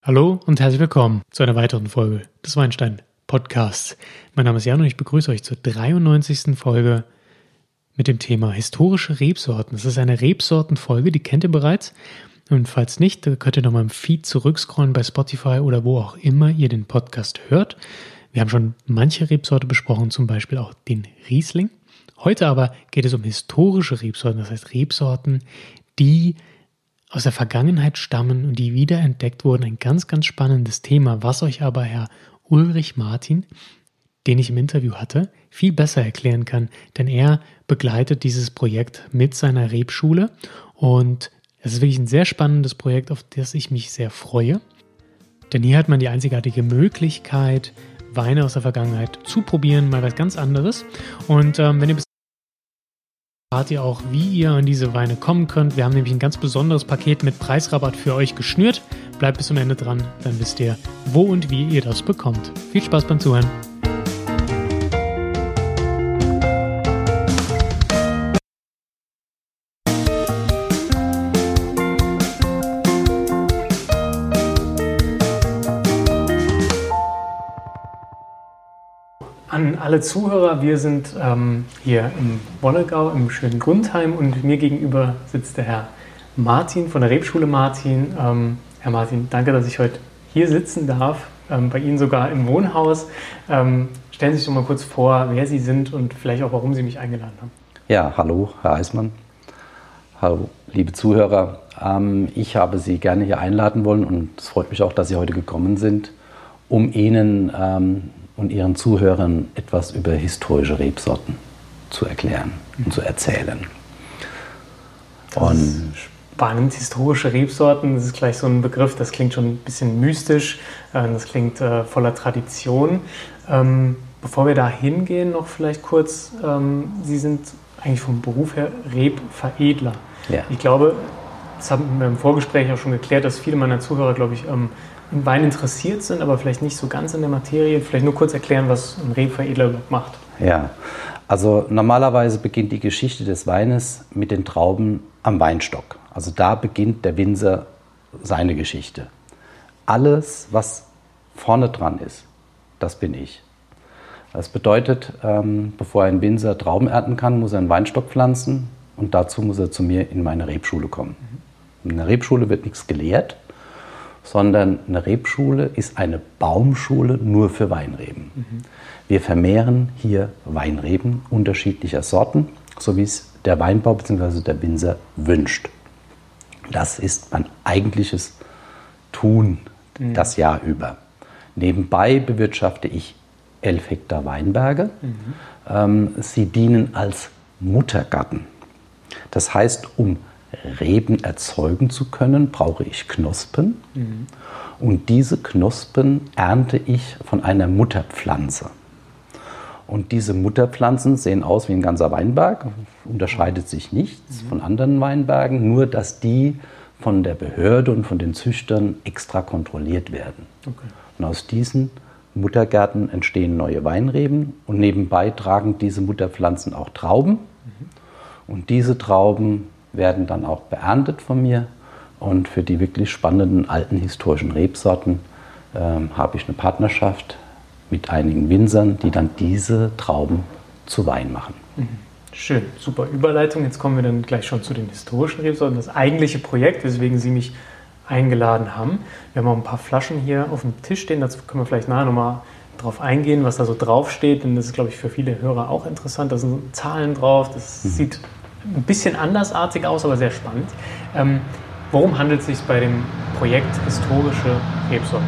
Hallo und herzlich willkommen zu einer weiteren Folge des Weinstein-Podcasts. Mein Name ist Jan und ich begrüße euch zur 93. Folge mit dem Thema historische Rebsorten. Das ist eine Rebsortenfolge, die kennt ihr bereits. Und falls nicht, könnt ihr nochmal im Feed zurückscrollen bei Spotify oder wo auch immer ihr den Podcast hört. Wir haben schon manche Rebsorte besprochen, zum Beispiel auch den Riesling. Heute aber geht es um historische Rebsorten, das heißt Rebsorten, die aus der Vergangenheit stammen und die wiederentdeckt wurden. Ein ganz, ganz spannendes Thema, was euch aber Herr Ulrich Martin, den ich im Interview hatte, viel besser erklären kann, denn er begleitet dieses Projekt mit seiner Rebschule und es ist wirklich ein sehr spannendes Projekt, auf das ich mich sehr freue, denn hier hat man die einzigartige Möglichkeit, Weine aus der Vergangenheit zu probieren, mal was ganz anderes. Und wenn ihr erfahrt ihr auch, wie ihr an diese Weine kommen könnt. Wir haben nämlich ein ganz besonderes Paket mit Preisrabatt für euch geschnürt. Bleibt bis zum Ende dran, dann wisst ihr, wo und wie ihr das bekommt. Viel Spaß beim Zuhören. An alle Zuhörer, wir sind hier im Wonnegau im schönen Grundheim und mir gegenüber sitzt der Herr Martin von der Rebschule Martin. Herr Martin, danke, dass ich heute hier sitzen darf, bei Ihnen sogar im Wohnhaus. Stellen Sie sich doch mal kurz vor, wer Sie sind und vielleicht auch, warum Sie mich eingeladen haben. Ja, hallo, Herr Eismann. Hallo, liebe Zuhörer. Ich habe Sie gerne hier einladen wollen und es freut mich auch, dass Sie heute gekommen sind, um Ihnen und Ihren Zuhörern etwas über historische Rebsorten zu erklären und zu erzählen. Das ist spannend, historische Rebsorten, das ist gleich so ein Begriff, das klingt schon ein bisschen mystisch, das klingt voller Tradition. Bevor wir da hingehen, noch vielleicht kurz, Sie sind eigentlich vom Beruf her Rebveredler. Ja. Ich glaube, das haben wir im Vorgespräch auch schon geklärt, dass viele meiner Zuhörer, glaube ich, in Wein interessiert sind, aber vielleicht nicht so ganz in der Materie. Vielleicht nur kurz erklären, was ein Rebveredler überhaupt macht. Ja, also normalerweise beginnt die Geschichte des Weines mit den Trauben am Weinstock. Also da beginnt der Winzer seine Geschichte. Alles, was vorne dran ist, das bin ich. Das bedeutet, bevor ein Winzer Trauben ernten kann, muss er einen Weinstock pflanzen und dazu muss er zu mir in meine Rebschule kommen. In der Rebschule wird nichts gelehrt, sondern eine Rebschule ist eine Baumschule nur für Weinreben. Wir vermehren hier Weinreben unterschiedlicher Sorten, so wie es der Weinbau bzw. der Winzer wünscht. Das ist mein eigentliches Tun das Jahr über. Nebenbei bewirtschafte ich 11 Hektar Weinberge. Sie dienen als Muttergarten. Das heißt, um Reben erzeugen zu können, brauche ich Knospen. Und diese Knospen ernte ich von einer Mutterpflanze. Und diese Mutterpflanzen sehen aus wie ein ganzer Weinberg, unterscheidet sich nichts von anderen Weinbergen, nur dass die von der Behörde und von den Züchtern extra kontrolliert werden. Okay. Und aus diesen Muttergärten entstehen neue Weinreben und nebenbei tragen diese Mutterpflanzen auch Trauben. Und diese Trauben werden dann auch beerntet von mir. Und für die wirklich spannenden alten historischen Rebsorten habe ich eine Partnerschaft mit einigen Winzern, die dann diese Trauben zu Wein machen. Schön, super Überleitung. Jetzt kommen wir dann gleich schon zu den historischen Rebsorten. Das eigentliche Projekt, weswegen Sie mich eingeladen haben. Wir haben auch ein paar Flaschen hier auf dem Tisch stehen. Dazu können wir vielleicht nachher nochmal drauf eingehen, was da so draufsteht. Denn das ist, glaube ich, für viele Hörer auch interessant. Da sind Zahlen drauf. Das sieht ein bisschen andersartig aus, aber sehr spannend. Worum handelt es sich bei dem Projekt historische Rebsorten?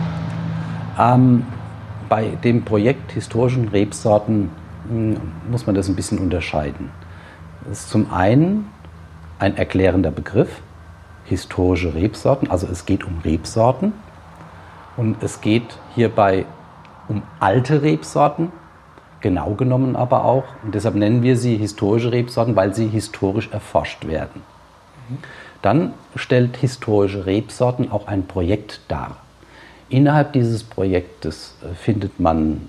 Bei dem Projekt historischen Rebsorten muss man das ein bisschen unterscheiden. Das ist zum einen ein erklärender Begriff, historische Rebsorten, also es geht um Rebsorten und es geht hierbei um alte Rebsorten, genau genommen aber auch. Und deshalb nennen wir sie historische Rebsorten, weil sie historisch erforscht werden. Dann stellt historische Rebsorten auch ein Projekt dar. Innerhalb dieses Projektes findet man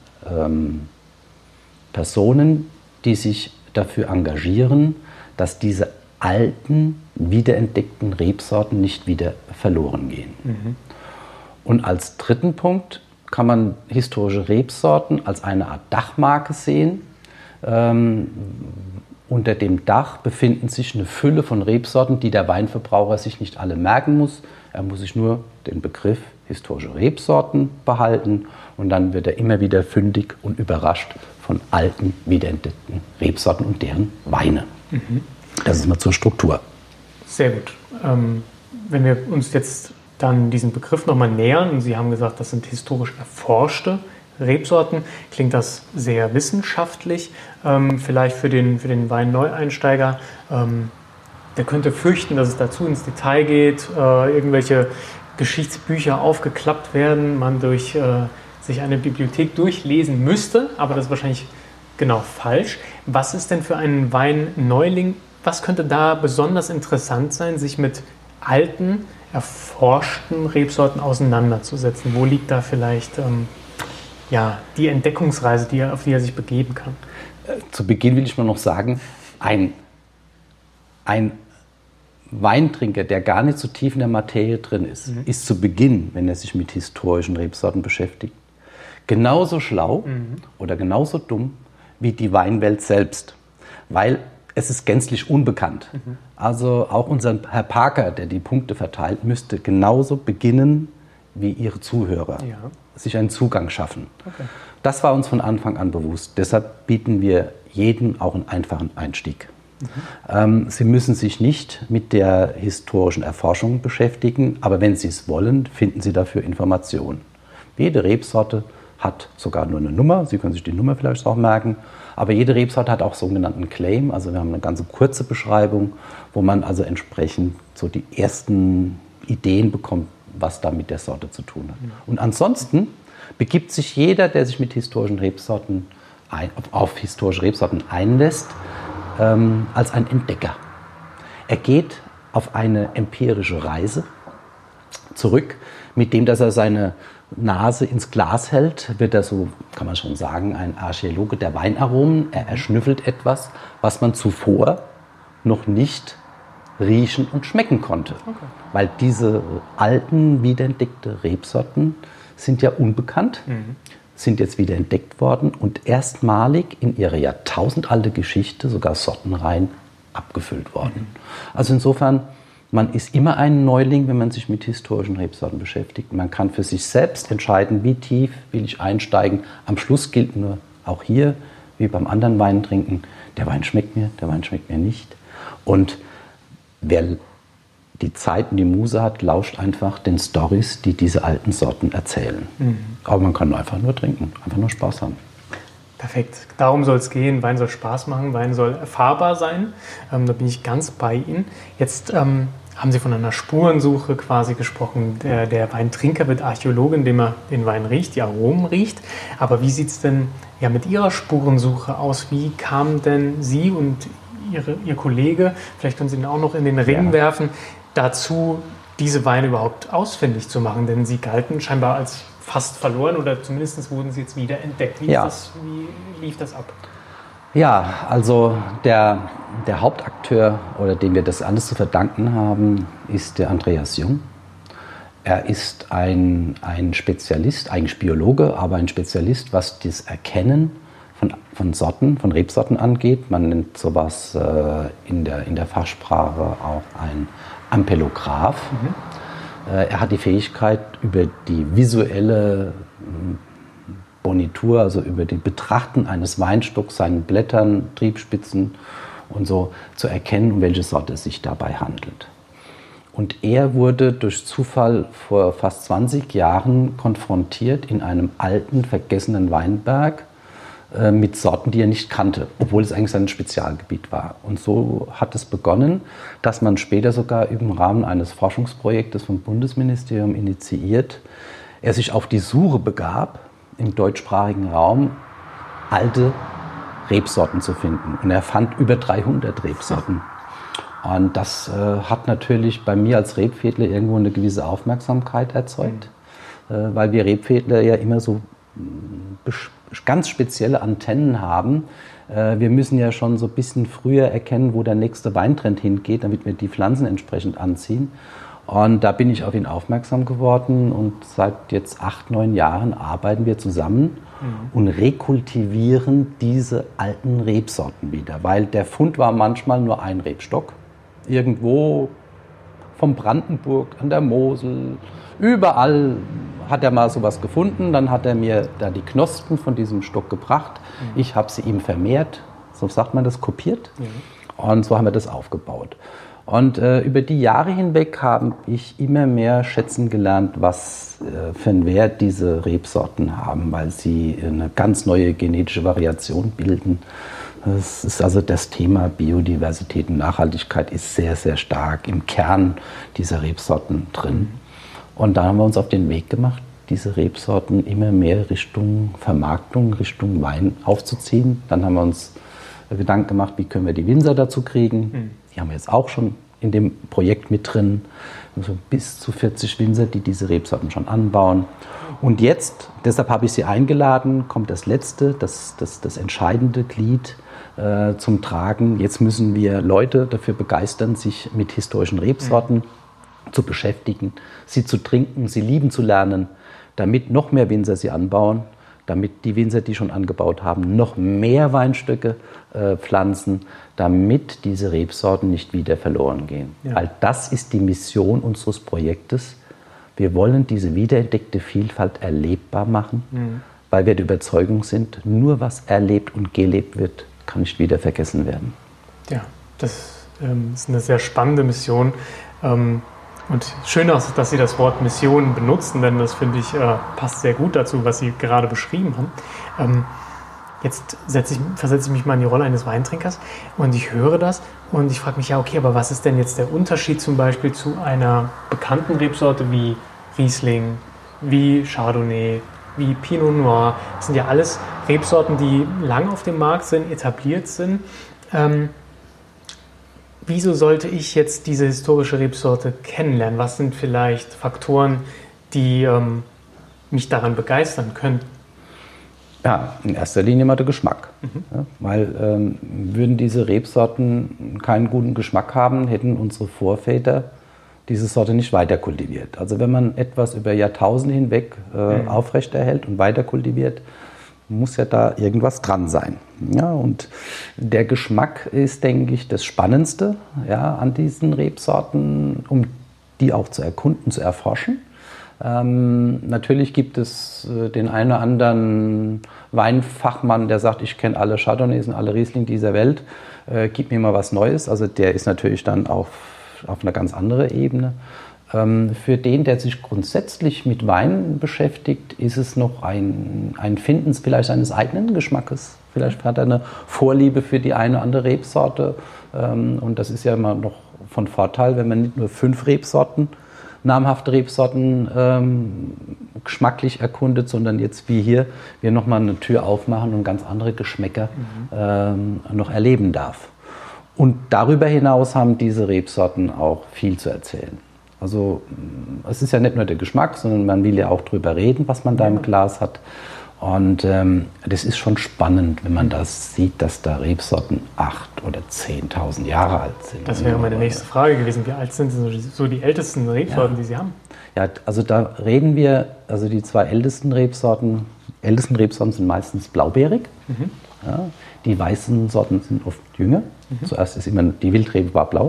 Personen, die sich dafür engagieren, dass diese alten, wiederentdeckten Rebsorten nicht wieder verloren gehen. Und als dritten Punkt kann man historische Rebsorten als eine Art Dachmarke sehen. Unter dem Dach befinden sich eine Fülle von Rebsorten, die der Weinverbraucher sich nicht alle merken muss. Er muss sich nur den Begriff historische Rebsorten behalten und dann wird er immer wieder fündig und überrascht von alten, wiederentdeckten Rebsorten und deren Weine. Das ist mal zur Struktur. Sehr gut. Wenn wir uns jetzt dann diesen Begriff nochmal nähern, und Sie haben gesagt, das sind historisch erforschte Rebsorten, klingt das sehr wissenschaftlich. Vielleicht für den Weinneueinsteiger, der könnte fürchten, dass es dazu ins Detail geht, irgendwelche Geschichtsbücher aufgeklappt werden, man durch sich eine Bibliothek durchlesen müsste, aber das ist wahrscheinlich genau falsch. Was ist denn für einen Weinneuling, was könnte da besonders interessant sein, sich mit alten, erforschten Rebsorten auseinanderzusetzen? Wo liegt da vielleicht die Entdeckungsreise, auf die er sich begeben kann? Zu Beginn will ich nur noch sagen, ein Weintrinker, der gar nicht so tief in der Materie drin ist, ist zu Beginn, wenn er sich mit historischen Rebsorten beschäftigt, genauso schlau oder genauso dumm wie die Weinwelt selbst, weil es ist gänzlich unbekannt. Also auch unser Herr Parker, der die Punkte verteilt, müsste genauso beginnen wie Ihre Zuhörer, sich einen Zugang schaffen. Okay. Das war uns von Anfang an bewusst. Deshalb bieten wir jedem auch einen einfachen Einstieg. Sie müssen sich nicht mit der historischen Erforschung beschäftigen, aber wenn Sie es wollen, finden Sie dafür Informationen. Jede Rebsorte hat sogar nur eine Nummer, Sie können sich die Nummer vielleicht auch merken, aber jede Rebsorte hat auch sogenannten Claim, also wir haben eine ganz kurze Beschreibung, wo man also entsprechend so die ersten Ideen bekommt, was da mit der Sorte zu tun hat. Und ansonsten begibt sich jeder, der sich mit historischen Rebsorten auf historische Rebsorten einlässt, als ein Entdecker. Er geht auf eine empirische Reise zurück, mit dem, dass er seine Nase ins Glas hält, wird er so, kann man schon sagen, ein Archäologe der Weinaromen. Er erschnüffelt etwas, was man zuvor noch nicht riechen und schmecken konnte. Okay. Weil diese alten, wiederentdeckte Rebsorten sind ja unbekannt, sind jetzt wieder entdeckt worden und erstmalig in ihrer jahrtausendalte Geschichte sogar sortenrein abgefüllt worden. Also insofern, man ist immer ein Neuling, wenn man sich mit historischen Rebsorten beschäftigt. Man kann für sich selbst entscheiden, wie tief will ich einsteigen. Am Schluss gilt nur auch hier, wie beim anderen Weintrinken, der Wein schmeckt mir nicht. Und wer die Zeit und die Muse hat, lauscht einfach den Storys, die diese alten Sorten erzählen. Aber man kann einfach nur trinken, einfach nur Spaß haben. Perfekt. Darum soll es gehen. Wein soll Spaß machen, Wein soll erfahrbar sein. Da bin ich ganz bei Ihnen. Jetzt haben Sie von einer Spurensuche quasi gesprochen. Der Weintrinker wird Archäologe, indem er den Wein riecht, die Aromen riecht. Aber wie sieht es denn mit Ihrer Spurensuche aus? Wie kamen denn Sie und Ihr Kollege, vielleicht können Sie ihn auch noch in den Ring werfen, dazu, diese Weine überhaupt ausfindig zu machen? Denn sie galten scheinbar als fast verloren oder zumindest wurden sie jetzt wieder entdeckt. Wie lief das ab? Ja, also der Hauptakteur, oder dem wir das alles zu verdanken haben, ist der Andreas Jung. Er ist ein Spezialist, eigentlich Biologe, aber ein Spezialist, was das Erkennen von Sorten, von Rebsorten angeht. Man nennt sowas in der Fachsprache auch ein Ampelograph. Er hat die Fähigkeit, über die visuelle Bonitur, also über die Betrachten eines Weinstocks, seinen Blättern, Triebspitzen und so, zu erkennen, um welche Sorte es sich dabei handelt. Und er wurde durch Zufall vor fast 20 Jahren konfrontiert in einem alten, vergessenen Weinberg mit Sorten, die er nicht kannte, obwohl es eigentlich sein Spezialgebiet war. Und so hat es begonnen, dass man später sogar im Rahmen eines Forschungsprojektes vom Bundesministerium initiiert, er sich auf die Suche begab, im deutschsprachigen Raum alte Rebsorten zu finden. Und er fand über 300 Rebsorten. Und das hat natürlich bei mir als Rebfädler irgendwo eine gewisse Aufmerksamkeit erzeugt, weil wir Rebfädler ja immer so ganz spezielle Antennen haben. Wir müssen ja schon so ein bisschen früher erkennen, wo der nächste Weintrend hingeht, damit wir die Pflanzen entsprechend anziehen. Und da bin ich auf ihn aufmerksam geworden und seit jetzt 8, 9 Jahren arbeiten wir zusammen und rekultivieren diese alten Rebsorten wieder, weil der Fund war manchmal nur ein Rebstock, irgendwo vom Brandenburg an der Mosel, überall hat er mal sowas gefunden, dann hat er mir da die Knospen von diesem Stock gebracht, ich habe sie ihm vermehrt, so sagt man das, kopiert und so haben wir das aufgebaut. Und über die Jahre hinweg habe ich immer mehr schätzen gelernt, was für einen Wert diese Rebsorten haben, weil sie eine ganz neue genetische Variation bilden. Das ist also das Thema Biodiversität und Nachhaltigkeit ist sehr, sehr stark im Kern dieser Rebsorten drin. Und da haben wir uns auf den Weg gemacht, diese Rebsorten immer mehr Richtung Vermarktung, Richtung Wein aufzuziehen. Dann haben wir uns Gedanken gemacht, wie können wir die Winzer dazu kriegen. Die haben wir jetzt auch schon in dem Projekt mit drin. Also bis zu 40 Winzer, die diese Rebsorten schon anbauen. Und jetzt, deshalb habe ich sie eingeladen, kommt das letzte, das entscheidende Glied zum Tragen. Jetzt müssen wir Leute dafür begeistern, sich mit historischen Rebsorten zu beschäftigen, sie zu trinken, sie lieben zu lernen, damit noch mehr Winzer sie anbauen, damit die Winzer, die schon angebaut haben, noch mehr Weinstöcke pflanzen, damit diese Rebsorten nicht wieder verloren gehen. Ja. Weil das ist die Mission unseres Projektes. Wir wollen diese wiederentdeckte Vielfalt erlebbar machen, weil wir der Überzeugung sind, nur was erlebt und gelebt wird, kann nicht wieder vergessen werden. Ja, das ist eine sehr spannende Mission. Und schön auch, dass Sie das Wort Mission benutzen, denn das, finde ich, passt sehr gut dazu, was Sie gerade beschrieben haben. Jetzt versetze ich mich mal in die Rolle eines Weintrinkers und ich höre das und ich frage mich, ja okay, aber was ist denn jetzt der Unterschied zum Beispiel zu einer bekannten Rebsorte wie Riesling, wie Chardonnay, wie Pinot Noir? Das sind ja alles Rebsorten, die lang auf dem Markt sind, etabliert sind. Wieso sollte ich jetzt diese historische Rebsorte kennenlernen? Was sind vielleicht Faktoren, die mich daran begeistern können? Ja, in erster Linie mal der Geschmack. Ja, weil würden diese Rebsorten keinen guten Geschmack haben, hätten unsere Vorväter diese Sorte nicht weiter kultiviert. Also wenn man etwas über Jahrtausende hinweg aufrechterhält und weiter kultiviert, muss ja da irgendwas dran sein. Ja, und der Geschmack ist, denke ich, das Spannendste an diesen Rebsorten, um die auch zu erkunden, zu erforschen. Natürlich gibt es den einen oder anderen Weinfachmann, der sagt, ich kenne alle Chardonnays und alle Riesling dieser Welt, gib mir mal was Neues. Also der ist natürlich dann auf einer ganz anderen Ebene. Für den, der sich grundsätzlich mit Wein beschäftigt, ist es noch ein Finden vielleicht seines eigenen Geschmackes. Vielleicht hat er eine Vorliebe für die eine oder andere Rebsorte. Und das ist ja immer noch von Vorteil, wenn man nicht nur 5 Rebsorten, namhafte Rebsorten geschmacklich erkundet, sondern jetzt wie hier, wir nochmal eine Tür aufmachen und ganz andere Geschmäcker noch erleben darf. Und darüber hinaus haben diese Rebsorten auch viel zu erzählen. Also es ist ja nicht nur der Geschmack, sondern man will ja auch drüber reden, was man da im Glas hat. Und das ist schon spannend, wenn man das sieht, dass da Rebsorten 8.000 oder 10.000 Jahre alt sind. Das wäre meine nächste Frage gewesen. Wie alt sind so die ältesten Rebsorten, die Sie haben? Ja, also da reden wir, also die 2 ältesten Rebsorten sind meistens blaubeerig. Ja, die weißen Sorten sind oft jünger. Zuerst ist immer die Wildrebe war blau.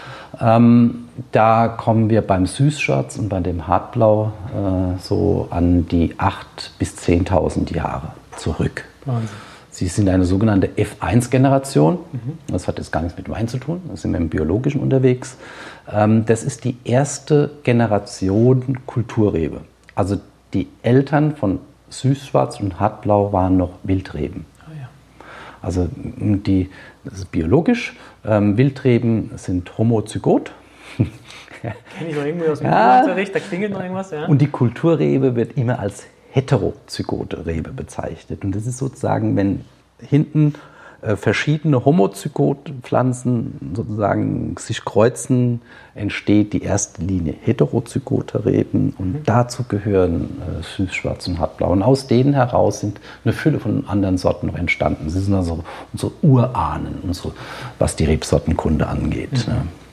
Da kommen wir beim Süßschwarz und bei dem Hartblau so an die 8.000 bis 10.000 Jahre zurück. Wahnsinn. Sie sind eine sogenannte F1-Generation. Das hat jetzt gar nichts mit Wein zu tun. Da sind wir im Biologischen unterwegs. Das ist die erste Generation Kulturrebe. Also die Eltern von Süßschwarz und Hartblau waren noch Wildreben. Oh ja. Also das ist biologisch. Wildreben sind homozygot. Kenne ich noch irgendwie aus dem Unterricht, da klingelt noch irgendwas. Ja. Und die Kulturrebe wird immer als heterozygote Rebe bezeichnet. Und das ist sozusagen, wenn hinten verschiedene Homozygot-Pflanzen sozusagen sich kreuzen, entsteht die erste Linie heterozygote Reben und dazu gehören Süßschwarz und Hartblau. Und aus denen heraus sind eine Fülle von anderen Sorten noch entstanden. Sie sind also unsere Urahnen, was die Rebsortenkunde angeht.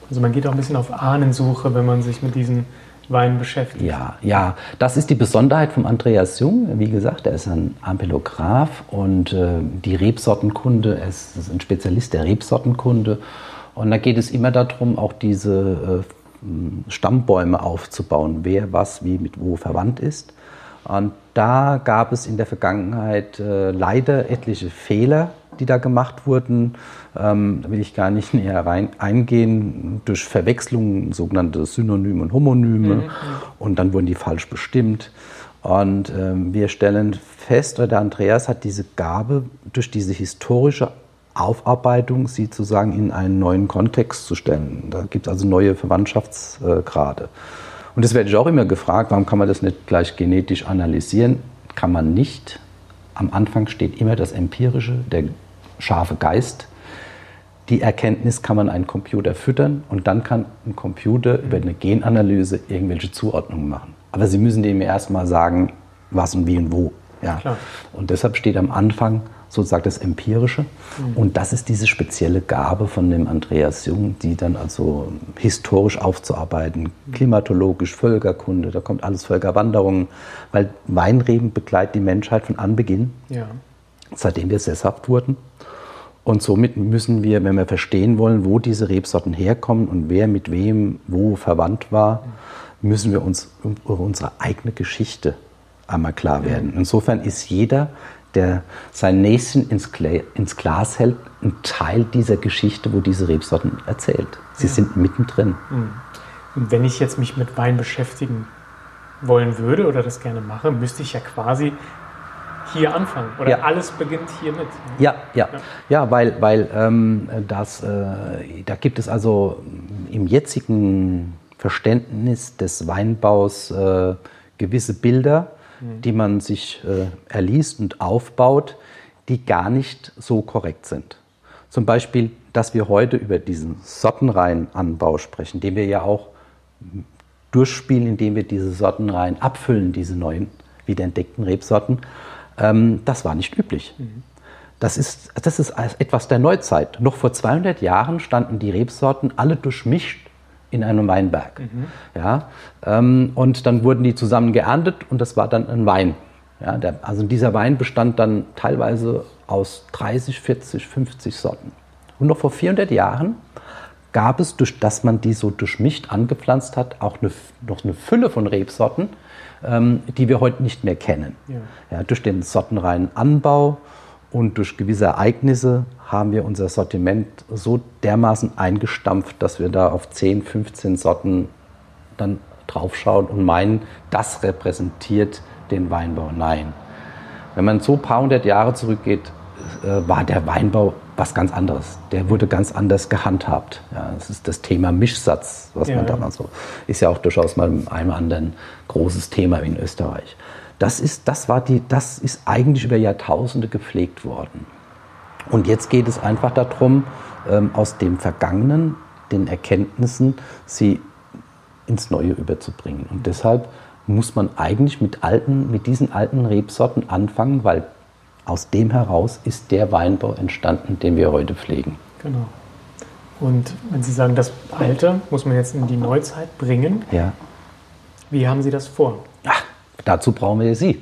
Also man geht auch ein bisschen auf Ahnensuche, wenn man sich mit diesen Weinen beschäftigt. Ja, das ist die Besonderheit von Andreas Jung. Wie gesagt, er ist ein Ampelograph und die Rebsortenkunde, er ist ein Spezialist der Rebsortenkunde. Und da geht es immer darum, auch diese Stammbäume aufzubauen, wer was wie mit wo verwandt ist. Und da gab es in der Vergangenheit leider etliche Fehler, die da gemacht wurden. Da will ich gar nicht näher eingehen, durch Verwechslungen, sogenannte Synonyme und Homonyme. Und dann wurden die falsch bestimmt. Und wir stellen fest, oder der Andreas hat diese Gabe, durch diese historische Aufarbeitung sie sozusagen in einen neuen Kontext zu stellen. Da gibt es also neue Verwandtschaftsgrade. Und das werde ich auch immer gefragt, warum kann man das nicht gleich genetisch analysieren? Kann man nicht. Am Anfang steht immer das Empirische, der scharfe Geist. Die Erkenntnis kann man einen Computer füttern und dann kann ein Computer über eine Genanalyse irgendwelche Zuordnungen machen. Aber Sie müssen dem erst mal sagen, was und wie und wo. Ja. Und deshalb steht am Anfang sozusagen das Empirische. Und das ist diese spezielle Gabe von dem Andreas Jung, die dann also historisch aufzuarbeiten, klimatologisch, Völkerkunde, da kommt alles Völkerwanderungen, weil Weinreben begleiten die Menschheit von Anbeginn, seitdem wir sesshaft wurden. Und somit müssen wir, wenn wir verstehen wollen, wo diese Rebsorten herkommen und wer mit wem wo verwandt war, müssen wir uns über unsere eigene Geschichte einmal klar werden. Insofern ist jeder, der sein Näschen ins Glas hält, ein Teil dieser Geschichte, wo diese Rebsorten erzählt. Sie sind mittendrin. Und wenn ich jetzt mich mit Wein beschäftigen wollen würde oder das gerne mache, müsste ich ja quasi hier anfangen. Oder alles beginnt hiermit. Ja, weil da gibt es also im jetzigen Verständnis des Weinbaus gewisse Bilder, die man sich erliest und aufbaut, die gar nicht so korrekt sind. Zum Beispiel, dass wir heute über diesen Sortenreihenanbau sprechen, den wir ja auch durchspielen, indem wir diese Sortenreihen abfüllen, diese neuen wiederentdeckten Rebsorten. Das war nicht üblich. Das ist etwas der Neuzeit. Noch vor 200 Jahren standen die Rebsorten alle durchmischt in einem Weinberg. Und dann wurden die zusammen geerntet und das war dann ein Wein. Also dieser Wein bestand dann teilweise aus 30, 40, 50 Sorten. Und noch vor 400 Jahren gab es, durch dass man die so durchmischt angepflanzt hat, auch noch eine Fülle von Rebsorten, die wir heute nicht mehr kennen. Durch den Sortenreihenanbau und durch gewisse Ereignisse haben wir unser Sortiment so dermaßen eingestampft, dass wir da auf 10, 15 Sorten dann draufschauen und meinen, das repräsentiert den Weinbau. Nein. Wenn man so ein paar hundert Jahre zurückgeht, war der Weinbau was ganz anderes. Der wurde ganz anders gehandhabt. Das ist das Thema Mischsatz, was man damals so, ist ja auch durchaus mal mit einem anderen großes Thema in Österreich. Das ist eigentlich über Jahrtausende gepflegt worden. Und jetzt geht es einfach darum, aus dem Vergangenen, den Erkenntnissen, sie ins Neue überzubringen. Und deshalb muss man eigentlich mit diesen alten Rebsorten anfangen, weil aus dem heraus ist der Weinbau entstanden, den wir heute pflegen. Genau. Und wenn Sie sagen, das Alte muss man jetzt in die Neuzeit bringen, wie haben Sie das vor? Dazu brauchen wir Sie.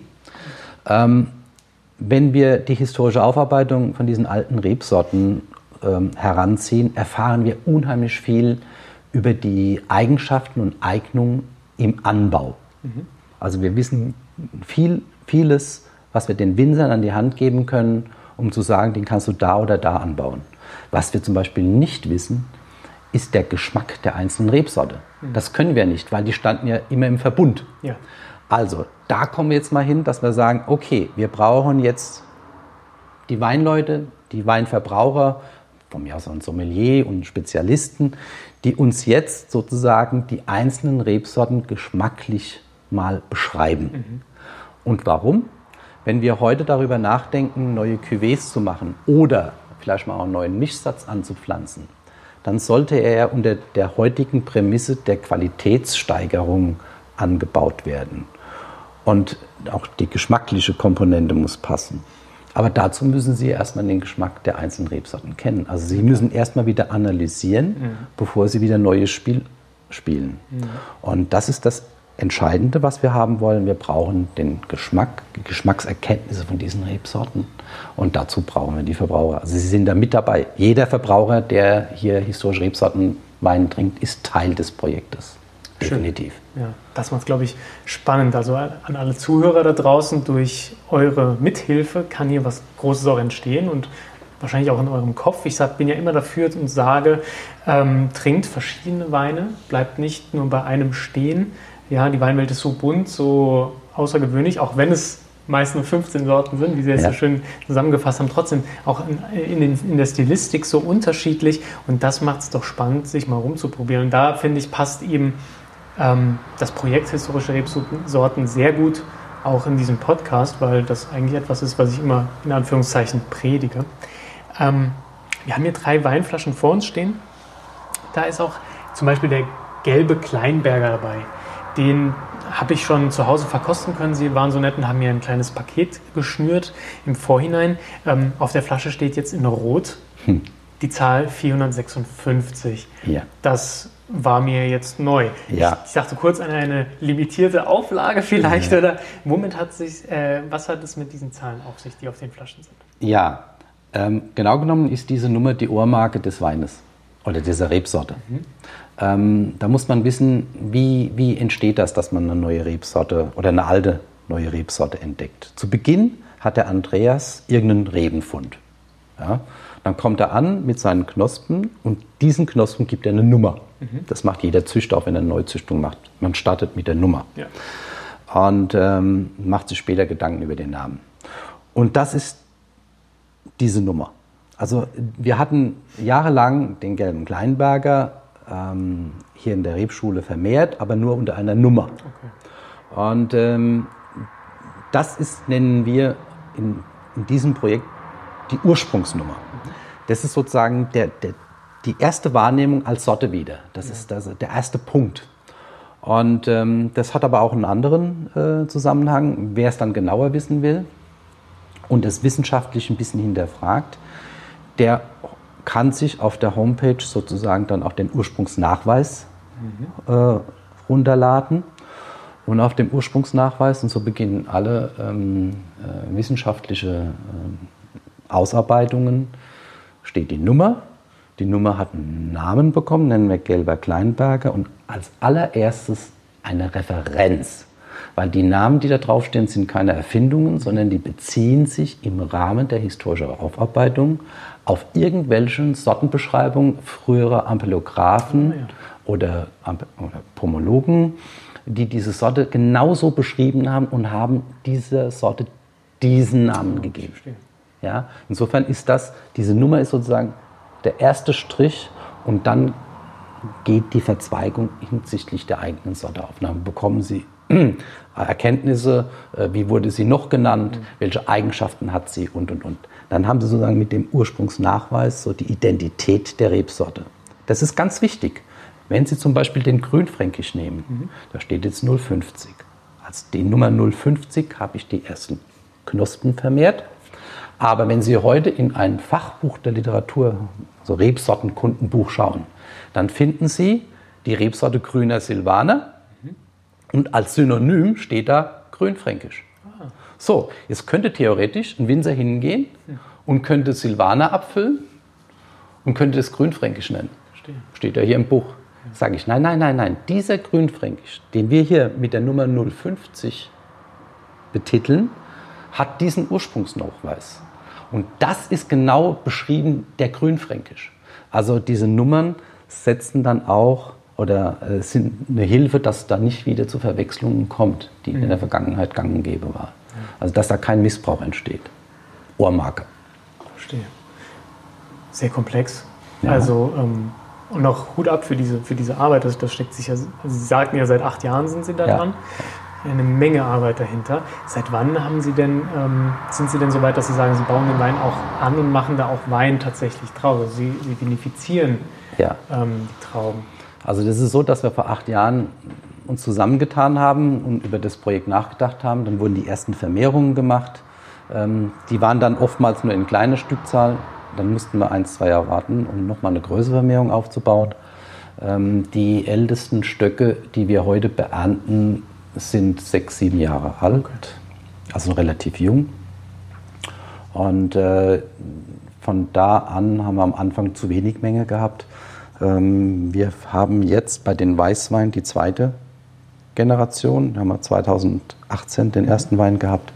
Wenn wir die historische Aufarbeitung von diesen alten Rebsorten heranziehen, erfahren wir unheimlich viel über die Eigenschaften und Eignungen im Anbau. Also wir wissen vieles, was wir den Winzern an die Hand geben können, um zu sagen, den kannst du da oder da anbauen. Was wir zum Beispiel nicht wissen, ist der Geschmack der einzelnen Rebsorte. Das können wir nicht, weil die standen ja immer im Verbund. Also, da kommen wir jetzt mal hin, dass wir sagen, okay, wir brauchen jetzt die Weinleute, die Weinverbraucher, von mir aus ein Sommelier und Spezialisten, die uns jetzt sozusagen die einzelnen Rebsorten geschmacklich mal beschreiben. Und warum? Wenn wir heute darüber nachdenken, neue Cuvées zu machen oder vielleicht mal auch einen neuen Mischsatz anzupflanzen, dann sollte er unter der heutigen Prämisse der Qualitätssteigerung angebaut werden. Und auch die geschmackliche Komponente muss passen. Aber dazu müssen Sie erstmal den Geschmack der einzelnen Rebsorten kennen. Also Sie müssen erstmal wieder analysieren, bevor Sie wieder ein neues Spiel spielen. Und das ist das Entscheidende, was wir haben wollen. Wir brauchen den Geschmack, die Geschmackserkenntnisse von diesen Rebsorten. Und dazu brauchen wir die Verbraucher. Also Sie sind da mit dabei. Jeder Verbraucher, der hier historische Rebsortenwein trinkt, ist Teil des Projektes. Definitiv. Ja, das macht, glaube ich, spannend. Also an alle Zuhörer da draußen, durch eure Mithilfe kann hier was Großes auch entstehen und wahrscheinlich auch in eurem Kopf. Ich bin ja immer dafür und sage, trinkt verschiedene Weine, bleibt nicht nur bei einem stehen. Ja, die Weinwelt ist so bunt, so außergewöhnlich, auch wenn es meist nur 15 Sorten sind, wie Sie jetzt so schön zusammengefasst haben, trotzdem auch in der Stilistik so unterschiedlich. Und das macht es doch spannend, sich mal rumzuprobieren. Und da, finde ich, passt eben das Projekt Historische Rebsorten sehr gut auch in diesem Podcast, weil das eigentlich etwas ist, was ich immer in Anführungszeichen predige. Wir haben hier 3 Weinflaschen vor uns stehen. Da ist auch zum Beispiel der gelbe Kleinberger dabei. Den habe ich schon zu Hause verkosten können. Sie waren so nett und haben mir ein kleines Paket geschnürt im Vorhinein. Auf der Flasche steht jetzt in Rot die Zahl 456. Ja. Das war mir jetzt neu. Ja. Ich dachte kurz an eine limitierte Auflage vielleicht. Ja. Oder was hat es mit diesen Zahlen auf sich, die auf den Flaschen sind? Ja, genau genommen ist diese Nummer die Ohrmarke des Weines oder dieser Rebsorte. Da muss man wissen, wie entsteht das, dass man eine neue Rebsorte oder eine alte neue Rebsorte entdeckt. Zu Beginn hat der Andreas irgendeinen Rebenfund. Ja? Dann kommt er an mit seinen Knospen und diesen Knospen gibt er eine Nummer. Das macht jeder Züchter, auch wenn er eine Neuzüchtung macht. Man startet mit der Nummer und macht sich später Gedanken über den Namen. Und das ist diese Nummer. Also wir hatten jahrelang den gelben Kleinberger hier in der Rebschule vermehrt, aber nur unter einer Nummer. Okay. Und das ist, nennen wir in diesem Projekt die Ursprungsnummer. Das ist sozusagen die erste Wahrnehmung als Sorte wieder. Das ist der erste Punkt. Und das hat aber auch einen anderen Zusammenhang, wer es dann genauer wissen will und es wissenschaftlich ein bisschen hinterfragt, der kann sich auf der Homepage sozusagen dann auch den Ursprungsnachweis runterladen. Und auf dem Ursprungsnachweis, und so beginnen alle wissenschaftliche Ausarbeitungen, steht die Nummer. Die Nummer hat einen Namen bekommen, nennen wir gelber Kleinberger, und als allererstes eine Referenz. Weil die Namen, die da draufstehen, sind keine Erfindungen, sondern die beziehen sich im Rahmen der historischen Aufarbeitung auf irgendwelchen Sortenbeschreibungen früherer Ampelographen oder Pomologen, die diese Sorte genauso beschrieben haben und haben dieser Sorte diesen Namen gegeben. Ja? Insofern ist diese Nummer ist sozusagen der erste Strich und dann geht die Verzweigung hinsichtlich der eigenen Sorteaufnahme. Bekommen Sie Erkenntnisse, wie wurde sie noch genannt, welche Eigenschaften hat sie und. Dann haben Sie sozusagen mit dem Ursprungsnachweis so die Identität der Rebsorte. Das ist ganz wichtig. Wenn Sie zum Beispiel den Grünfränkisch nehmen, da steht jetzt 050. Als die Nummer 050 habe ich die ersten Knospen vermehrt. Aber wenn Sie heute in ein Fachbuch der Literatur, so Rebsortenkundenbuch schauen, dann finden Sie die Rebsorte Grüner Silvaner und als Synonym steht da Grünfränkisch. So, jetzt könnte theoretisch ein Winzer hingehen und könnte Silvaner abfüllen und könnte das Grünfränkisch nennen. Steht ja hier im Buch. Sage ich, nein, dieser Grünfränkisch, den wir hier mit der Nummer 050 betiteln, hat diesen Ursprungsnachweis. Und das ist genau beschrieben der Grünfränkisch. Also diese Nummern setzen dann auch oder sind eine Hilfe, dass da nicht wieder zu Verwechslungen kommt, die in der Vergangenheit gang und gäbe war. Also dass da kein Missbrauch entsteht. Ohrmarke. Verstehe. Sehr komplex. Ja. Also und auch Hut ab für diese Arbeit. Das steckt sich ja, also Sie sagten ja, seit 8 Jahren sind Sie da dran. Eine Menge Arbeit dahinter. Seit wann sind Sie denn so weit, dass Sie sagen, Sie bauen den Wein auch an und machen da auch Wein tatsächlich drauf? Also Sie vinifizieren die Trauben. Also das ist so, dass wir vor 8 Jahren uns zusammengetan haben und über das Projekt nachgedacht haben. Dann wurden die ersten Vermehrungen gemacht. Die waren dann oftmals nur in kleiner Stückzahl. Dann mussten wir 1-2 Jahre warten, um nochmal eine größere Vermehrung aufzubauen. Die ältesten Stöcke, die wir heute beernten, sind 6-7 Jahre alt, also relativ jung. Und von da an haben wir am Anfang zu wenig Menge gehabt. Wir haben jetzt bei den Weißweinen die zweite Generation. Da haben wir 2018 den ersten Wein gehabt.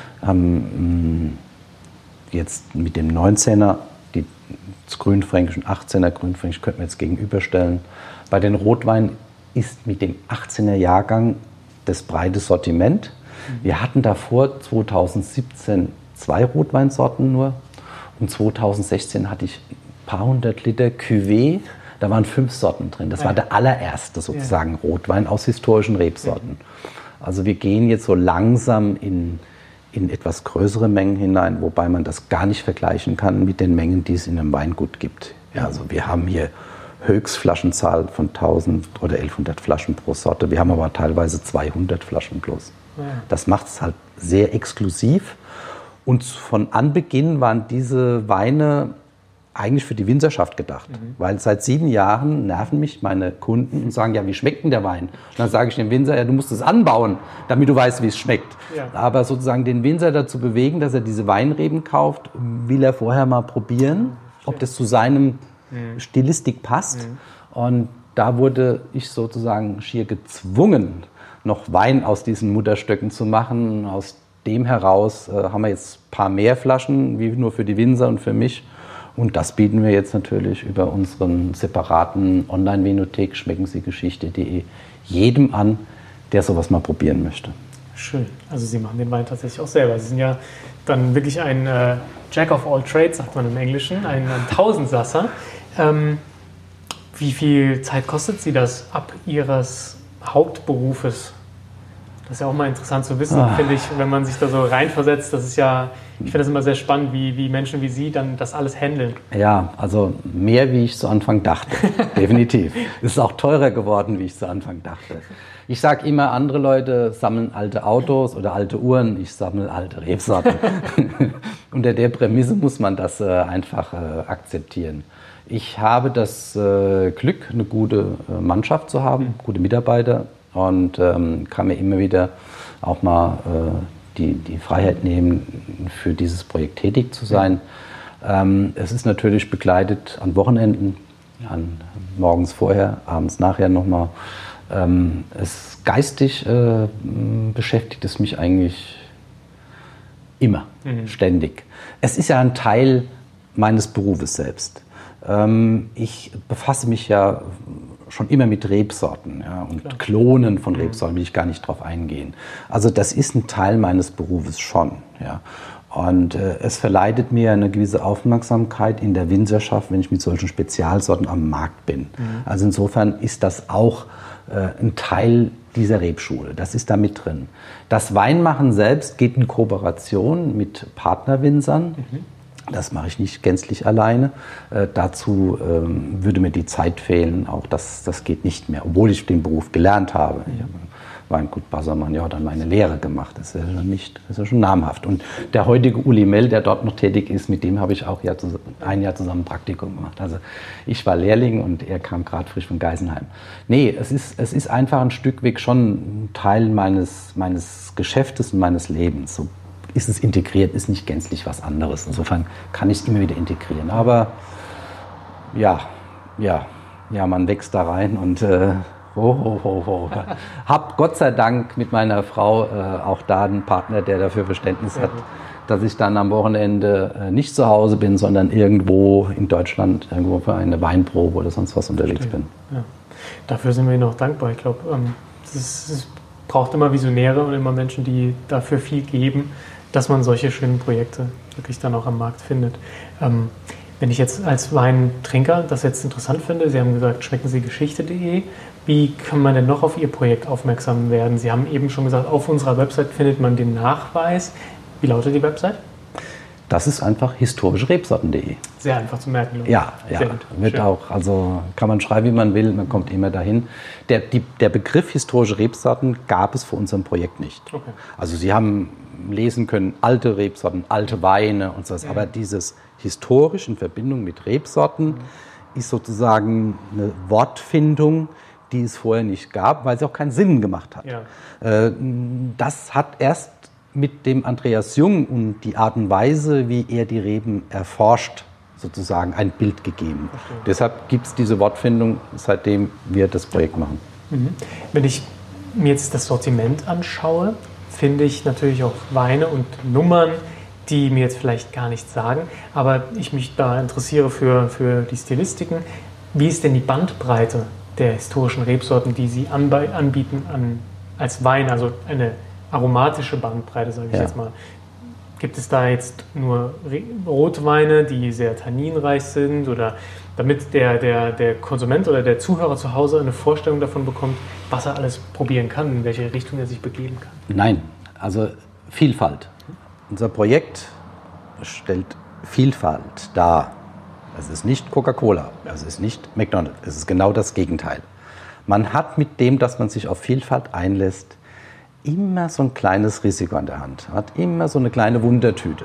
Jetzt mit dem 19er, die grünfränkischen 18er grünfränkisch könnten wir jetzt gegenüberstellen. Bei den Rotweinen ist mit dem 18er Jahrgang das breite Sortiment. Wir hatten davor 2017 2 Rotweinsorten nur und 2016 hatte ich ein paar hundert Liter Cuvée. Da waren 5 Sorten drin. Das war der allererste sozusagen Rotwein aus historischen Rebsorten. Also wir gehen jetzt so langsam in etwas größere Mengen hinein, wobei man das gar nicht vergleichen kann mit den Mengen, die es in einem Weingut gibt. Ja, also wir haben hier Höchstflaschenzahl von 1000 oder 1100 Flaschen pro Sorte. Wir haben aber teilweise 200 Flaschen bloß. Das macht es halt sehr exklusiv. Und von Anbeginn waren diese Weine eigentlich für die Winzerschaft gedacht. Weil seit 7 Jahren nerven mich meine Kunden und sagen, ja, wie schmeckt denn der Wein? Und dann sage ich dem Winzer, ja, du musst es anbauen, damit du weißt, wie es schmeckt. Ja. Aber sozusagen den Winzer dazu bewegen, dass er diese Weinreben kauft, will er vorher mal probieren, ob das zu seinem Stilistik passt. Und da wurde ich sozusagen schier gezwungen, noch Wein aus diesen Mutterstöcken zu machen. Aus dem heraus haben wir jetzt ein paar mehr Flaschen, wie nur für die Winzer und für mich. Und das bieten wir jetzt natürlich über unseren separaten Online-Vinothek schmeckensiegeschichte.de jedem an, der sowas mal probieren möchte. Schön. Also Sie machen den Wein tatsächlich auch selber. Sie sind ja dann wirklich ein Jack of all trades, sagt man im Englischen, ein Tausendsasser. Wie viel Zeit kostet Sie das ab Ihres Hauptberufes? Das ist ja auch mal interessant zu wissen, finde ich, wenn man sich da so reinversetzt. Das ist ja, ich finde das immer sehr spannend, wie Menschen wie Sie dann das alles handeln. Ja, also mehr, wie ich zu Anfang dachte, definitiv. Es ist auch teurer geworden, wie ich zu Anfang dachte. Ich sage immer, andere Leute sammeln alte Autos oder alte Uhren, ich sammle alte Rebsorten. Unter der Prämisse muss man das einfach akzeptieren. Ich habe das Glück, eine gute Mannschaft zu haben, gute Mitarbeiter. Und kann mir immer wieder auch mal die Freiheit nehmen, für dieses Projekt tätig zu sein. Es ist natürlich begleitet an Wochenenden, morgens vorher, abends nachher nochmal. Geistig beschäftigt es mich eigentlich immer, ständig. Es ist ja ein Teil meines Berufes selbst. Ich befasse mich ja schon immer mit Rebsorten, ja, und Klonen von Rebsorten, will ich gar nicht drauf eingehen. Also das ist ein Teil meines Berufes schon. Ja. Und es verleitet mir eine gewisse Aufmerksamkeit in der Winzerschaft, wenn ich mit solchen Spezialsorten am Markt bin. Also insofern ist das auch ein Teil dieser Rebschule. Das ist da mit drin. Das Weinmachen selbst geht in Kooperation mit Partnerwinzern. Das mache ich nicht gänzlich alleine. Dazu würde mir die Zeit fehlen. Auch das geht nicht mehr, obwohl ich den Beruf gelernt habe. Ich habe Weingut Bassermann ja dann meine Lehre gemacht. Das ist ja schon namhaft. Und der heutige Uli Mell, der dort noch tätig ist, mit dem habe ich auch ein Jahr zusammen Praktikum gemacht. Also ich war Lehrling und er kam gerade frisch von Geisenheim. Nee, es ist einfach ein Stück weg schon ein Teil meines Geschäftes und meines Lebens. So ist es integriert, ist nicht gänzlich was anderes. Insofern kann ich es immer wieder integrieren. Aber ja, man wächst da rein und hab Gott sei Dank mit meiner Frau auch da einen Partner, der dafür Verständnis hat, dass ich dann am Wochenende nicht zu Hause bin, sondern irgendwo in Deutschland, irgendwo für eine Weinprobe oder sonst was unterwegs bin. Ja. Dafür sind wir Ihnen auch dankbar. Ich glaube, es braucht immer Visionäre und immer Menschen, die dafür viel geben, dass man solche schönen Projekte wirklich dann auch am Markt findet. Wenn ich jetzt als Weintrinker das jetzt interessant finde, Sie haben gesagt, schmeckensiegeschichte.de, wie kann man denn noch auf Ihr Projekt aufmerksam werden? Sie haben eben schon gesagt, auf unserer Website findet man den Nachweis. Wie lautet die Website? Das ist einfach historischerebsorten.de. sehr einfach zu merken. Ja, wird auch, also kann man schreiben, wie man will, man kommt immer dahin. Der Begriff historische Rebsorten gab es für unserem Projekt nicht. Okay. Also Sie haben lesen können, alte Rebsorten, alte Weine und sowas, aber dieses historisch in Verbindung mit Rebsorten ist sozusagen eine Wortfindung, die es vorher nicht gab, weil sie auch keinen Sinn gemacht hat. Ja. Das hat erst mit dem Andreas Jung und die Art und Weise, wie er die Reben erforscht, sozusagen ein Bild gegeben. Verstehe. Deshalb gibt es diese Wortfindung, seitdem wir das Projekt machen. Wenn ich mir jetzt das Sortiment anschaue, finde ich natürlich auch Weine und Nummern, die mir jetzt vielleicht gar nichts sagen, aber ich mich da interessiere für die Stilistiken. Wie ist denn die Bandbreite der historischen Rebsorten, die Sie anbieten als Wein, also eine aromatische Bandbreite, sage ich jetzt mal? Gibt es da jetzt nur Rotweine, die sehr tanninreich sind, oder damit der Konsument oder der Zuhörer zu Hause eine Vorstellung davon bekommt, was er alles probieren kann, in welche Richtung er sich begeben kann? Nein, also Vielfalt. Unser Projekt stellt Vielfalt dar. Es ist nicht Coca-Cola, es ist nicht McDonald's, es ist genau das Gegenteil. Man hat mit dem, dass man sich auf Vielfalt einlässt, immer so ein kleines Risiko an der Hand, hat immer so eine kleine Wundertüte.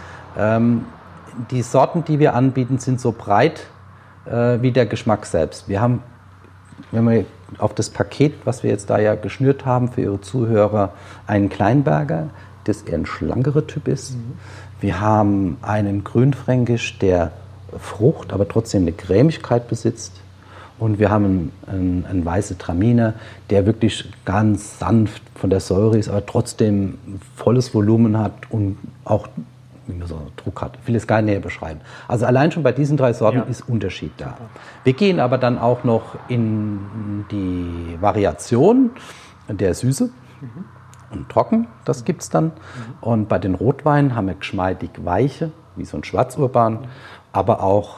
Die Sorten, die wir anbieten, sind so breit wie der Geschmack selbst. Wir haben, wenn wir auf das Paket, was wir jetzt da ja geschnürt haben für Ihre Zuhörer, einen Kleinberger, das eher ein schlankerer Typ ist. Wir haben einen Grünfränkisch, der Frucht, aber trotzdem eine Cremigkeit besitzt. Und wir haben einen weißen Traminer, der wirklich ganz sanft von der Säure ist, aber trotzdem volles Volumen hat und auch so Druck hat. Ich will es gar nicht näher beschreiben. Also allein schon bei diesen 3 Sorten ist Unterschied da. Wir gehen aber dann auch noch in die Variation der Süße und Trocken, das gibt es dann. Und bei den Rotweinen haben wir geschmeidig weiche, wie so ein Schwarzurban, aber auch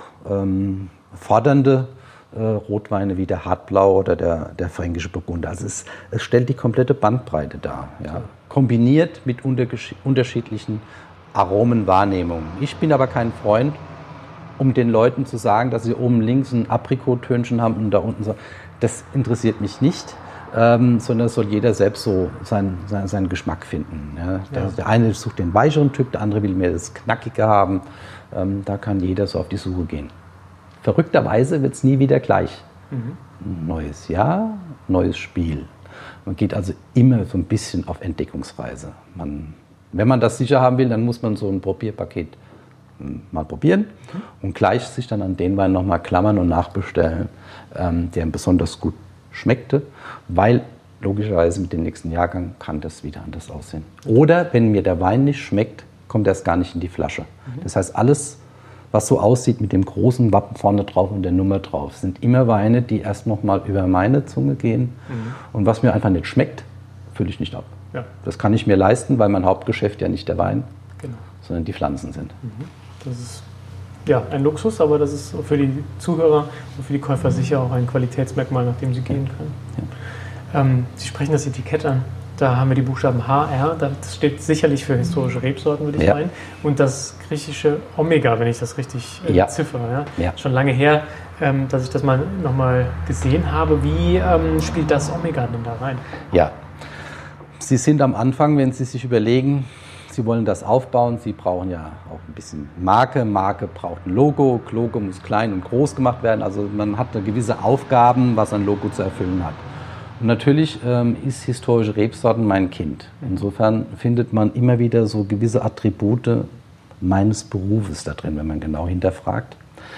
fordernde Rotweine wie der Hartblau oder der fränkische Burgunder. Also es stellt die komplette Bandbreite dar, ja. Kombiniert mit unterschiedlichen Aromenwahrnehmungen. Ich bin aber kein Freund, um den Leuten zu sagen, dass sie oben links ein Aprikottönchen haben und da unten so. Das interessiert mich nicht, sondern es soll jeder selbst so seinen Geschmack finden. Ja. Der eine sucht den weicheren Typ, der andere will mehr das Knackige haben. Da kann jeder so auf die Suche gehen. Verrückterweise wird es nie wieder gleich. Neues Jahr, neues Spiel. Man geht also immer so ein bisschen auf Entdeckungsreise. Wenn man das sicher haben will, dann muss man so ein Probierpaket mal probieren und gleich sich dann an den Wein nochmal klammern und nachbestellen, der besonders gut schmeckte, weil logischerweise mit dem nächsten Jahrgang kann das wieder anders aussehen. Oder wenn mir der Wein nicht schmeckt, kommt erst gar nicht in die Flasche. Das heißt, alles, was so aussieht mit dem großen Wappen vorne drauf und der Nummer drauf, sind immer Weine, die erst noch mal über meine Zunge gehen. Und was mir einfach nicht schmeckt, fülle ich nicht ab. Ja. Das kann ich mir leisten, weil mein Hauptgeschäft ja nicht der Wein, sondern die Pflanzen sind. Das ist ein Luxus, aber das ist für die Zuhörer und für die Käufer sicher auch ein Qualitätsmerkmal, nach dem sie gehen können. Ja. Sie sprechen das Etikett an. Da haben wir die Buchstaben HR, das steht sicherlich für historische Rebsorten, würde ich meinen. Und das griechische Omega, wenn ich das richtig ziffere. Ja? Schon lange her, dass ich das mal nochmal gesehen habe. Wie spielt das Omega denn da rein? Ja, Sie sind am Anfang, wenn Sie sich überlegen, Sie wollen das aufbauen, Sie brauchen ja auch ein bisschen Marke. Marke braucht ein Logo, Logo muss klein und groß gemacht werden. Also man hat eine gewisse Aufgaben, was ein Logo zu erfüllen hat. Und natürlich ist historische Rebsorten mein Kind. Insofern findet man immer wieder so gewisse Attribute meines Berufes da drin, wenn man genau hinterfragt.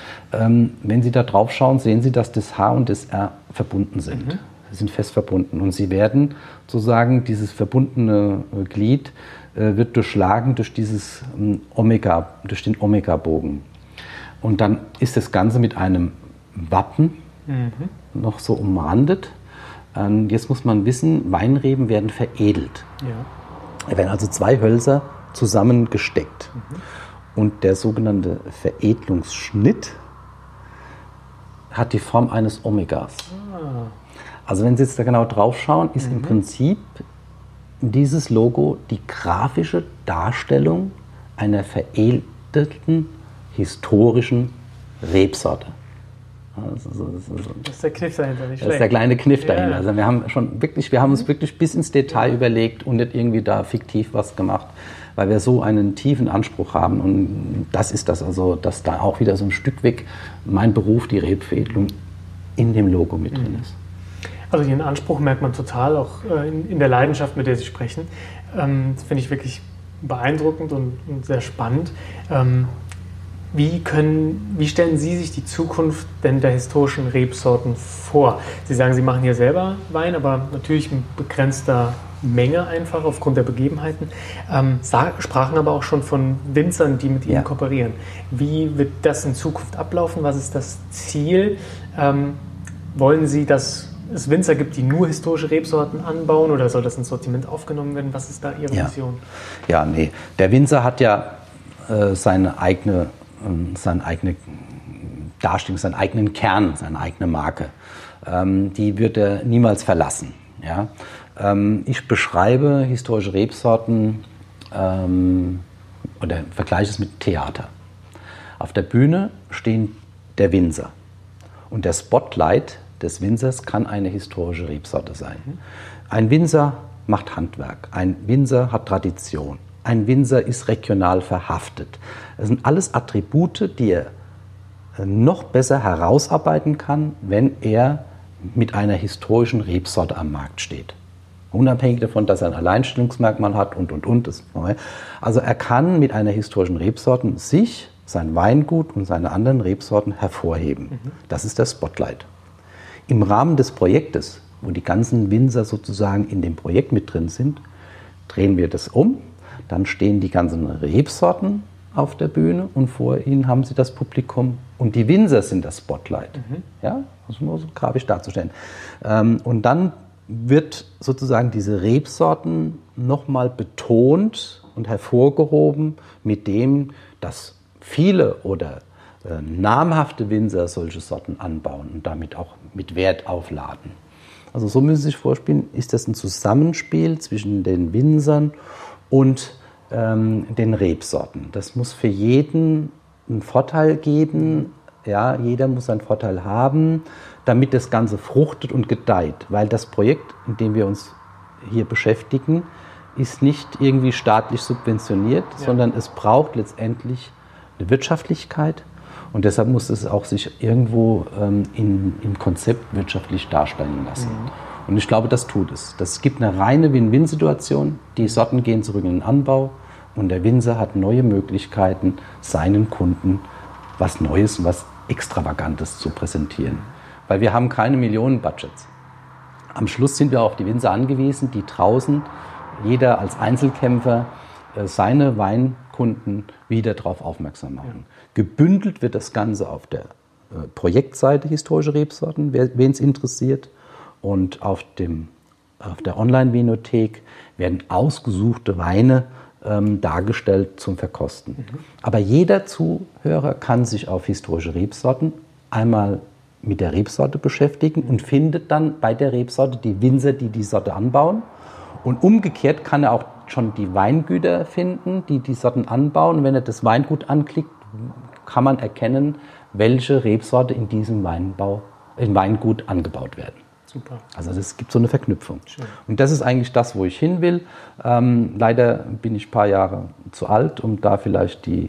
Wenn Sie da drauf schauen, sehen Sie, dass das H und das R verbunden sind. Sie sind fest verbunden und sie werden sozusagen, dieses verbundene Glied wird durchschlagen durch dieses Omega, durch den Omega-Bogen. Und dann ist das Ganze mit einem Wappen noch so umrandet. Jetzt muss man wissen, Weinreben werden veredelt. Da werden also 2 Hölzer zusammengesteckt. Und der sogenannte Veredelungsschnitt hat die Form eines Omegas. Also wenn Sie jetzt da genau drauf schauen, ist im Prinzip dieses Logo die grafische Darstellung einer veredelten historischen Rebsorte. Das ist der Kniff dahinter, nicht schlecht. Das ist der kleine Kniff dahinter. Also wir haben uns wirklich bis ins Detail überlegt und nicht irgendwie da fiktiv was gemacht, weil wir so einen tiefen Anspruch haben. Und das ist das, also dass da auch wieder so ein Stück weg mein Beruf, die Rebveredelung, in dem Logo mit drin ist. Also Ihren Anspruch merkt man total, auch in der Leidenschaft, mit der Sie sprechen. Das finde ich wirklich beeindruckend und sehr spannend. Wie stellen Sie sich die Zukunft denn der historischen Rebsorten vor? Sie sagen, Sie machen hier selber Wein, aber natürlich in begrenzter Menge einfach aufgrund der Begebenheiten. Sprachen aber auch schon von Winzern, die mit Ihnen kooperieren. Wie wird das in Zukunft ablaufen? Was ist das Ziel? Wollen Sie, dass es Winzer gibt, die nur historische Rebsorten anbauen, oder soll das ins Sortiment aufgenommen werden? Was ist da Ihre Vision? Ja, nee. Der Winzer hat ja seine eigene Darstellung, seinen eigenen Kern, seine eigene Marke. Die wird er niemals verlassen. Ja? Ich beschreibe historische Rebsorten oder vergleiche es mit Theater. Auf der Bühne steht der Winzer und der Spotlight des Winzers kann eine historische Rebsorte sein. Ein Winzer macht Handwerk, ein Winzer hat Tradition. Ein Winzer ist regional verhaftet. Das sind alles Attribute, die er noch besser herausarbeiten kann, wenn er mit einer historischen Rebsorte am Markt steht. Unabhängig davon, dass er ein Alleinstellungsmerkmal hat und. Also er kann mit einer historischen Rebsorte sich, sein Weingut und seine anderen Rebsorten hervorheben. Das ist der Spotlight. Im Rahmen des Projektes, wo die ganzen Winzer sozusagen in dem Projekt mit drin sind, drehen wir das um. Dann stehen die ganzen Rebsorten auf der Bühne und vor ihnen haben sie das Publikum und die Winzer sind das Spotlight. Ja, das ist nur so grafisch darzustellen. Und dann wird sozusagen diese Rebsorten nochmal betont und hervorgehoben mit dem, dass viele oder namhafte Winzer solche Sorten anbauen und damit auch mit Wert aufladen. Also so müssen Sie sich vorstellen, ist das ein Zusammenspiel zwischen den Winzern und den Rebsorten. Das muss für jeden einen Vorteil geben. Ja, jeder muss einen Vorteil haben, damit das Ganze fruchtet und gedeiht. Weil das Projekt, in dem wir uns hier beschäftigen, ist nicht irgendwie staatlich subventioniert, sondern es braucht letztendlich eine Wirtschaftlichkeit. Und deshalb muss es auch sich irgendwo im Konzept wirtschaftlich darstellen lassen. Und ich glaube, das tut es. Es gibt eine reine Win-Win-Situation. Die Sorten gehen zurück in den Anbau und der Winzer hat neue Möglichkeiten, seinen Kunden was Neues und was Extravagantes zu präsentieren. Weil wir haben keine Millionen-Budgets. Am Schluss sind wir auf die Winzer angewiesen, die draußen, jeder als Einzelkämpfer, seine Weinkunden wieder darauf aufmerksam machen. Gebündelt wird das Ganze auf der Projektseite historische Rebsorten, wen es interessiert. Und auf der Online-Vinothek werden ausgesuchte Weine dargestellt zum Verkosten. Aber jeder Zuhörer kann sich auf historische Rebsorten einmal mit der Rebsorte beschäftigen und findet dann bei der Rebsorte die Winzer, die die Sorte anbauen. Und umgekehrt kann er auch schon die Weingüter finden, die die Sorten anbauen. Und wenn er das Weingut anklickt, kann man erkennen, welche Rebsorte in diesem Weingut angebaut werden. Super. Also es gibt so eine Verknüpfung. Schön. Und das ist eigentlich das, wo ich hin will. Leider bin ich ein paar Jahre zu alt, um da vielleicht die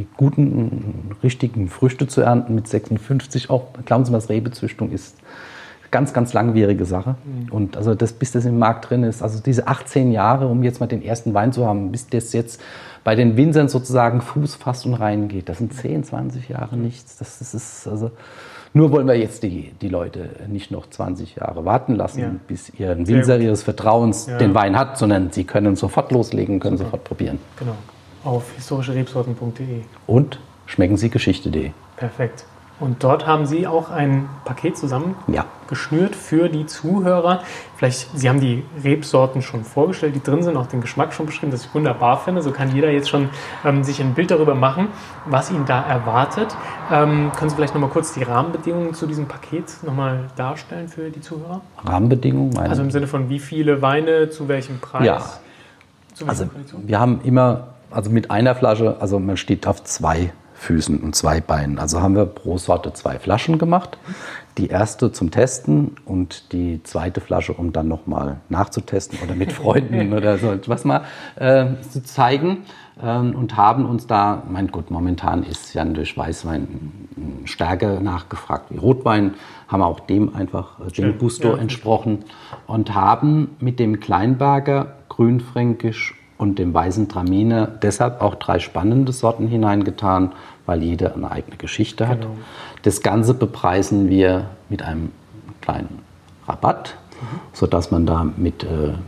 guten, richtigen Früchte zu ernten mit 56. Auch, glauben Sie mal, das Rebezüchtung ist eine ganz, ganz langwierige Sache. Und also bis das im Markt drin ist, also diese 18 Jahre, um jetzt mal den ersten Wein zu haben, bis das jetzt bei den Winzern sozusagen Fuß fasst und reingeht, das sind 10, 20 Jahre nichts. Das ist also... Nur wollen wir jetzt die Leute nicht noch 20 Jahre warten lassen, bis ihr Winzer ihres Vertrauens den Wein hat, sondern sie können sofort loslegen, können sofort probieren. Genau, auf historischerebsorten.de. Und schmecken Sie Geschichte.de. Perfekt. Und dort haben Sie auch ein Paket zusammengeschnürt für die Zuhörer. Vielleicht, Sie haben die Rebsorten schon vorgestellt, die drin sind, auch den Geschmack schon beschrieben, das ich wunderbar finde. So kann jeder jetzt schon sich ein Bild darüber machen, was ihn da erwartet. Können Sie vielleicht nochmal kurz die Rahmenbedingungen zu diesem Paket nochmal darstellen für die Zuhörer? Rahmenbedingungen? Also im Sinne von wie viele Weine, zu welchem Preis? Ja, also wir haben immer, also mit einer Flasche, also man steht auf 2 Füßen und 2 Beinen. Also haben wir pro Sorte 2 Flaschen gemacht. Die erste zum Testen und die zweite Flasche, um dann nochmal nachzutesten oder mit Freunden oder so etwas mal zu zeigen. Und haben uns da, momentan ist ja durch Weißwein stärker nachgefragt wie Rotwein, haben auch dem einfach dem Gusto entsprochen und haben mit dem Kleinberger, Grünfränkisch und dem Weißen Traminer deshalb auch 3 spannende Sorten hineingetan, weil jeder eine eigene Geschichte hat. Genau. Das Ganze bepreisen wir mit einem kleinen Rabatt, sodass man da mit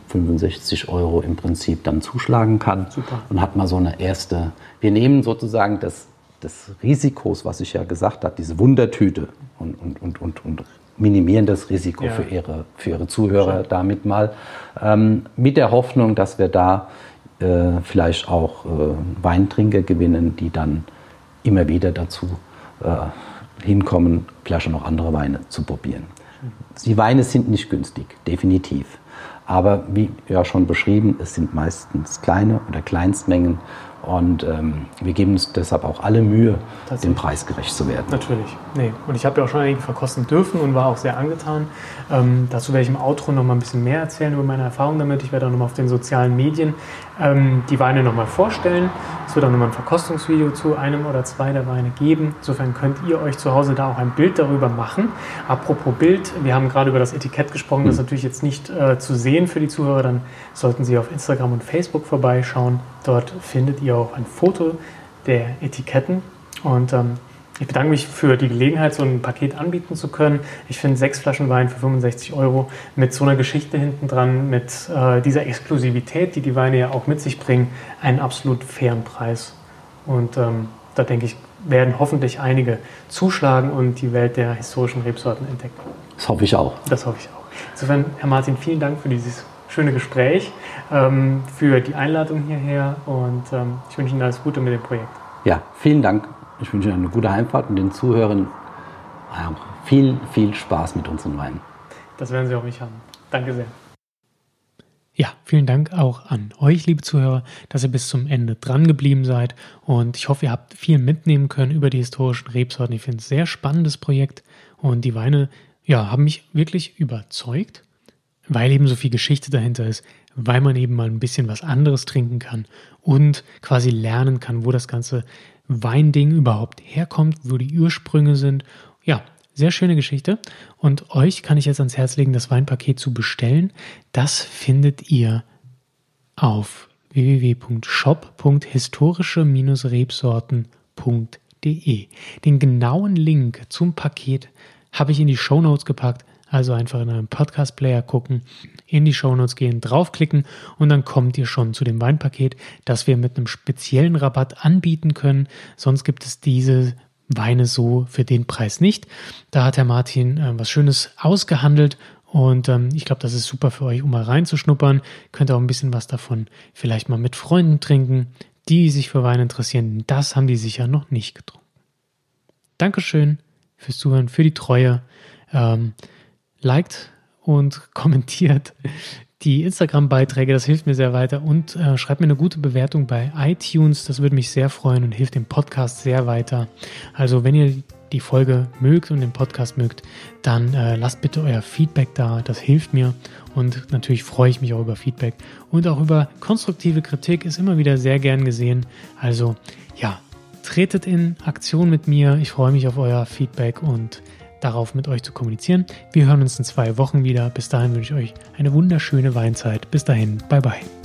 65 € im Prinzip dann zuschlagen kann. Super. Und hat mal so eine erste, wir nehmen sozusagen des Risikos, was ich ja gesagt habe, diese Wundertüte und minimieren das Risiko für ihre Zuhörer damit mal, mit der Hoffnung, dass wir da vielleicht auch Weintrinker gewinnen, die dann immer wieder dazu hinkommen, vielleicht auch noch andere Weine zu probieren. Die Weine sind nicht günstig, definitiv. Aber wie ja schon beschrieben, es sind meistens kleine oder Kleinstmengen. Und wir geben uns deshalb auch alle Mühe, dem Preis gerecht zu werden. Natürlich. Nee. Und ich habe ja auch schon einige verkosten dürfen und war auch sehr angetan. Dazu werde ich im Outro noch mal ein bisschen mehr erzählen über meine Erfahrungen damit. Ich werde auch noch mal auf den sozialen Medien die Weine noch mal vorstellen. Es wird auch noch mal ein Verkostungsvideo zu einem oder 2 der Weine geben. Insofern könnt ihr euch zu Hause da auch ein Bild darüber machen. Apropos Bild, wir haben gerade über das Etikett gesprochen. Das ist natürlich jetzt nicht zu sehen für die Zuhörer. Dann sollten Sie auf Instagram und Facebook vorbeischauen. Dort findet ihr auch ein Foto der Etiketten. Und ich bedanke mich für die Gelegenheit, so ein Paket anbieten zu können. Ich finde 6 Flaschen Wein für 65 € mit so einer Geschichte hinten dran, mit dieser Exklusivität, die die Weine ja auch mit sich bringen, einen absolut fairen Preis. Und da denke ich, werden hoffentlich einige zuschlagen und die Welt der historischen Rebsorten entdecken. Das hoffe ich auch. Das hoffe ich auch. Insofern, Herr Martin, vielen Dank für dieses schöne Gespräch, für die Einladung hierher und ich wünsche Ihnen alles Gute mit dem Projekt. Ja, vielen Dank. Ich wünsche Ihnen eine gute Heimfahrt und den Zuhörern viel, viel Spaß mit unseren Weinen. Das werden Sie auch nicht haben. Danke sehr. Ja, vielen Dank auch an euch, liebe Zuhörer, dass ihr bis zum Ende dran geblieben seid und ich hoffe, ihr habt viel mitnehmen können über die historischen Rebsorten. Ich finde es ein sehr spannendes Projekt und die Weine haben mich wirklich überzeugt, weil eben so viel Geschichte dahinter ist, weil man eben mal ein bisschen was anderes trinken kann und quasi lernen kann, wo das ganze Weinding überhaupt herkommt, wo die Ursprünge sind. Ja, sehr schöne Geschichte. Und euch kann ich jetzt ans Herz legen, das Weinpaket zu bestellen. Das findet ihr auf www.shop.historische-rebsorten.de. Den genauen Link zum Paket habe ich in die Shownotes gepackt. Also einfach in einem Podcast-Player gucken, in die Shownotes gehen, draufklicken und dann kommt ihr schon zu dem Weinpaket, das wir mit einem speziellen Rabatt anbieten können. Sonst gibt es diese Weine so für den Preis nicht. Da hat Herr Martin was Schönes ausgehandelt und ich glaube, das ist super für euch, um mal reinzuschnuppern. Könnt ihr auch ein bisschen was davon vielleicht mal mit Freunden trinken, die sich für Wein interessieren. Das haben die sicher noch nicht getrunken. Dankeschön fürs Zuhören, für die Treue. Liked und kommentiert die Instagram-Beiträge, das hilft mir sehr weiter und schreibt mir eine gute Bewertung bei iTunes, das würde mich sehr freuen und hilft dem Podcast sehr weiter. Also wenn ihr die Folge mögt und den Podcast mögt, dann lasst bitte euer Feedback da, das hilft mir und natürlich freue ich mich auch über Feedback und auch über konstruktive Kritik ist immer wieder sehr gern gesehen. Also ja, tretet in Aktion mit mir, ich freue mich auf euer Feedback und darauf mit euch zu kommunizieren. Wir hören uns in 2 Wochen wieder. Bis dahin wünsche ich euch eine wunderschöne Weinzeit. Bis dahin, bye bye.